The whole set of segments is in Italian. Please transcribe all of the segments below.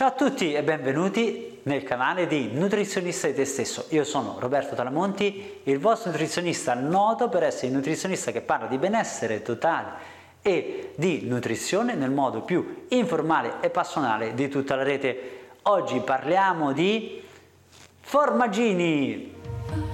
Ciao a tutti e benvenuti nel canale di Nutrizionista di te stesso. Io sono Roberto Talamonti, il vostro nutrizionista noto per essere il nutrizionista che parla di benessere totale e di nutrizione nel modo più informale e passionale di tutta la rete. Oggi parliamo di formaggini.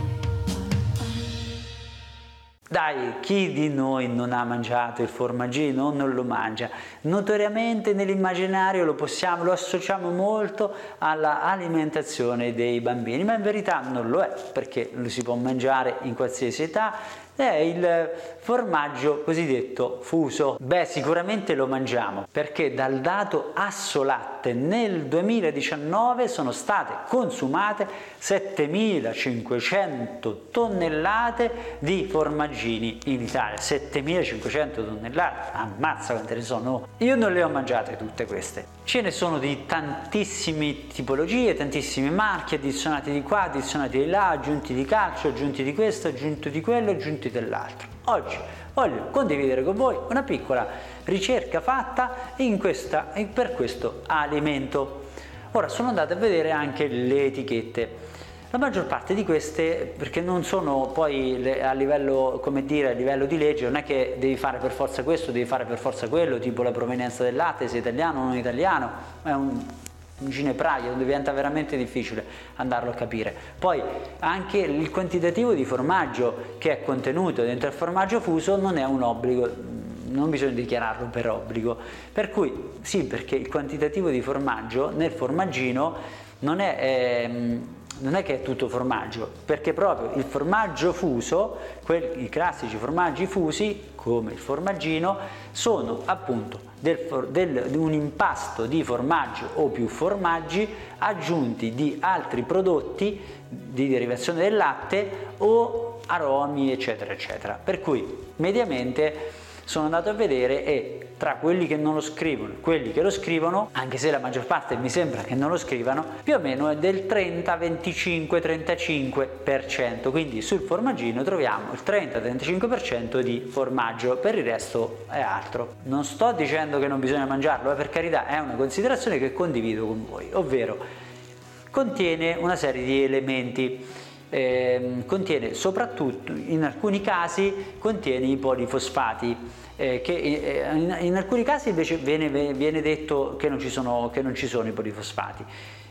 Dai, chi di noi non ha mangiato il formaggino o non lo mangia? Notoriamente nell'immaginario lo associamo molto all'alimentazione dei bambini, ma in verità non lo è, perché lo si può mangiare in qualsiasi età. È il formaggio cosiddetto fuso. Beh, sicuramente lo mangiamo, perché dal dato Assolatte nel 2019 sono state consumate 7.500 tonnellate di formaggini in Italia. 7.500 tonnellate, ammazza quante ne sono. Io non le ho mangiate tutte queste. Ce ne sono di tantissime tipologie, tantissime marchi, addizionati di qua, addizionati di là, aggiunti di calcio, aggiunti di questo, aggiunti di quello, aggiunti dell'altro. Oggi voglio condividere con voi una piccola ricerca fatta per questo alimento. Ora sono andato a vedere anche le etichette. La maggior parte di queste, perché non sono poi a livello, come dire, a livello di legge, non è che devi fare per forza questo, devi fare per forza quello, tipo la provenienza del latte, se è italiano o non italiano, è un ginepraio, diventa veramente difficile andarlo a capire. Poi anche il quantitativo di formaggio che è contenuto dentro il formaggio fuso non è un obbligo, non bisogna dichiararlo per obbligo, per cui sì, perché il quantitativo di formaggio nel formaggino non è che è tutto formaggio, perché proprio il formaggio fuso, i classici formaggi fusi come il formaggino, sono appunto un impasto di formaggio o più formaggi aggiunti di altri prodotti di derivazione del latte o aromi eccetera eccetera. Per cui mediamente sono andato a vedere e tra quelli che non lo scrivono e quelli che lo scrivono, anche se la maggior parte mi sembra che non lo scrivano, più o meno è del 30, 25, 35%, quindi sul formaggino troviamo il 30-35% di formaggio, per il resto è altro. Non sto dicendo che non bisogna mangiarlo, per carità, è una considerazione che condivido con voi, ovvero contiene una serie di elementi. Contiene soprattutto, in alcuni casi contiene i polifosfati, che in alcuni casi invece viene detto che non ci sono i polifosfati,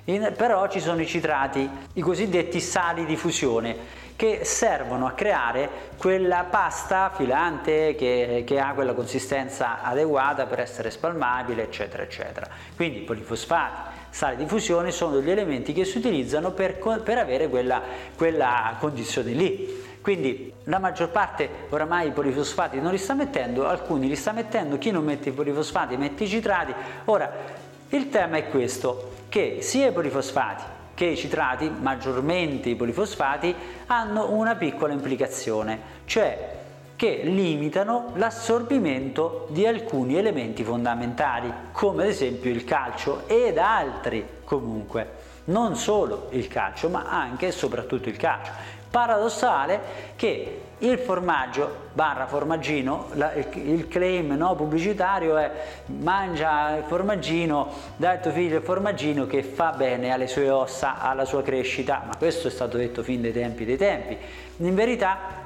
però ci sono i citrati, i cosiddetti sali di fusione, che servono a creare quella pasta filante che ha quella consistenza adeguata per essere spalmabile eccetera eccetera. Quindi polifosfati, sali di fusione sono degli elementi che si utilizzano per avere quella condizione lì. Quindi la maggior parte oramai i polifosfati non li sta mettendo, alcuni li sta mettendo, chi non mette i polifosfati mette i citrati. Ora il tema è questo, che sia i polifosfati che i citrati, maggiormente i polifosfati, hanno una piccola implicazione, cioè che limitano l'assorbimento di alcuni elementi fondamentali, come ad esempio il calcio ed altri comunque, non solo il calcio, ma anche e soprattutto il calcio. Paradossale che il formaggio / formaggino, il claim pubblicitario è: mangia il formaggino, dai a tuo figlio il formaggino che fa bene alle sue ossa, alla sua crescita, ma questo è stato detto fin dai tempi dei tempi. In verità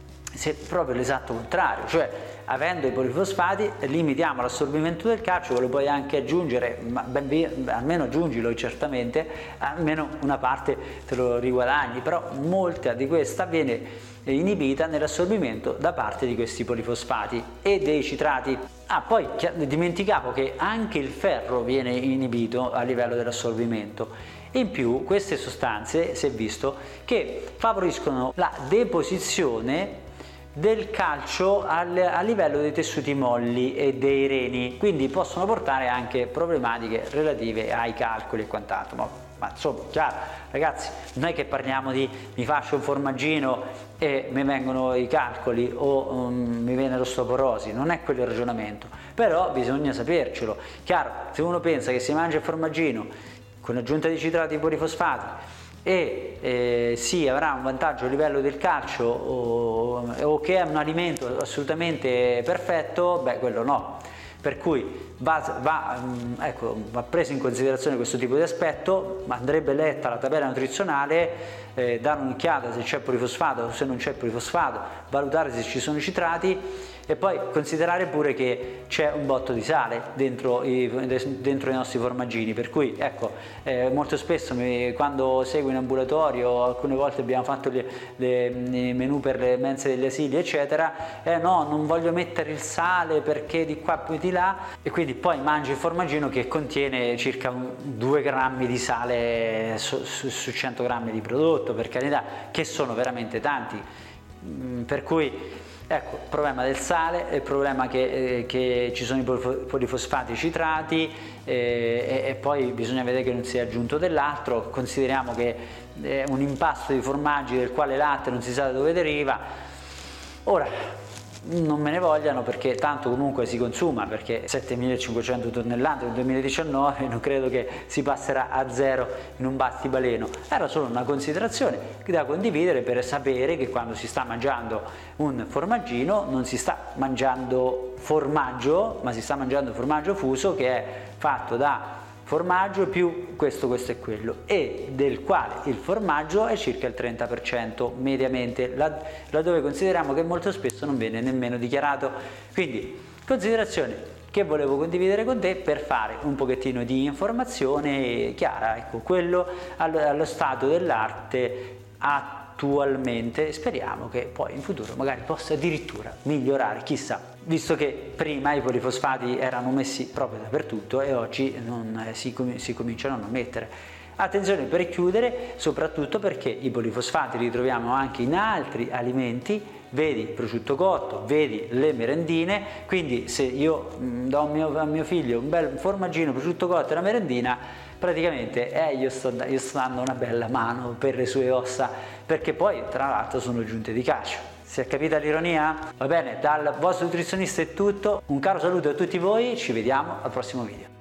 è proprio l'esatto contrario, cioè avendo i polifosfati limitiamo l'assorbimento del calcio, lo puoi anche aggiungere, ma almeno aggiungilo certamente, almeno una parte te lo riguadagni, però molta di questa viene inibita nell'assorbimento da parte di questi polifosfati e dei citrati. Poi dimenticavo che anche il ferro viene inibito a livello dell'assorbimento. In più queste sostanze si è visto che favoriscono la deposizione del calcio a livello dei tessuti molli e dei reni, quindi possono portare anche problematiche relative ai calcoli e quant'altro. Ma insomma, chiaro, ragazzi, non è che parliamo di mi faccio un formaggino e mi vengono i calcoli o mi viene l'osteoporosi, non è quello il ragionamento, però bisogna sapercelo. Chiaro, se uno pensa che si mangia il formaggino con l'aggiunta di citrati e polifosfati e sì, avrà un vantaggio a livello del calcio o che è un alimento assolutamente perfetto, beh, quello no. per cui va preso in considerazione questo tipo di aspetto, andrebbe letta la tabella nutrizionale, dare un'occhiata se c'è polifosfato o se non c'è polifosfato, valutare se ci sono citrati e poi considerare pure che c'è un botto di sale dentro i nostri formaggini, per cui ecco, molto spesso quando seguo in ambulatorio, alcune volte abbiamo fatto i menù per le mense degli asili eccetera, no, non voglio mettere il sale perché di qua poi di là, e quindi poi mangi il formaggino che contiene circa 2 grammi di sale su 100 grammi di prodotto, per carità, che sono veramente tanti, per cui ecco, il problema del sale, il problema che ci sono i polifosfati citrati, e poi bisogna vedere che non sia aggiunto dell'altro. Consideriamo che è un impasto di formaggi del quale latte non si sa da dove deriva. Ora, non me ne vogliano perché tanto comunque si consuma, perché 7.500 tonnellate nel 2019 non credo che si passerà a zero in un battibaleno. Era solo una considerazione da condividere per sapere che quando si sta mangiando un formaggino non si sta mangiando formaggio, ma si sta mangiando formaggio fuso, che è fatto da formaggio più questo e quello, e del quale il formaggio è circa il 30% mediamente, laddove consideriamo che molto spesso non viene nemmeno dichiarato. Quindi considerazione che volevo condividere con te per fare un pochettino di informazione chiara, ecco, quello allo stato dell'arte attualmente. Speriamo che poi in futuro magari possa addirittura migliorare, chissà, visto che prima i polifosfati erano messi proprio dappertutto e oggi si cominciano a non mettere. Attenzione per chiudere, soprattutto perché i polifosfati li troviamo anche in altri alimenti, vedi il prosciutto cotto, vedi le merendine, quindi se io do a mio figlio un bel formaggino, prosciutto cotto e una merendina, praticamente io sto dando una bella mano per le sue ossa, perché poi tra l'altro sono giunte di calcio. Si è capita l'ironia? Va bene, dal vostro nutrizionista è tutto, un caro saluto a tutti voi, ci vediamo al prossimo video.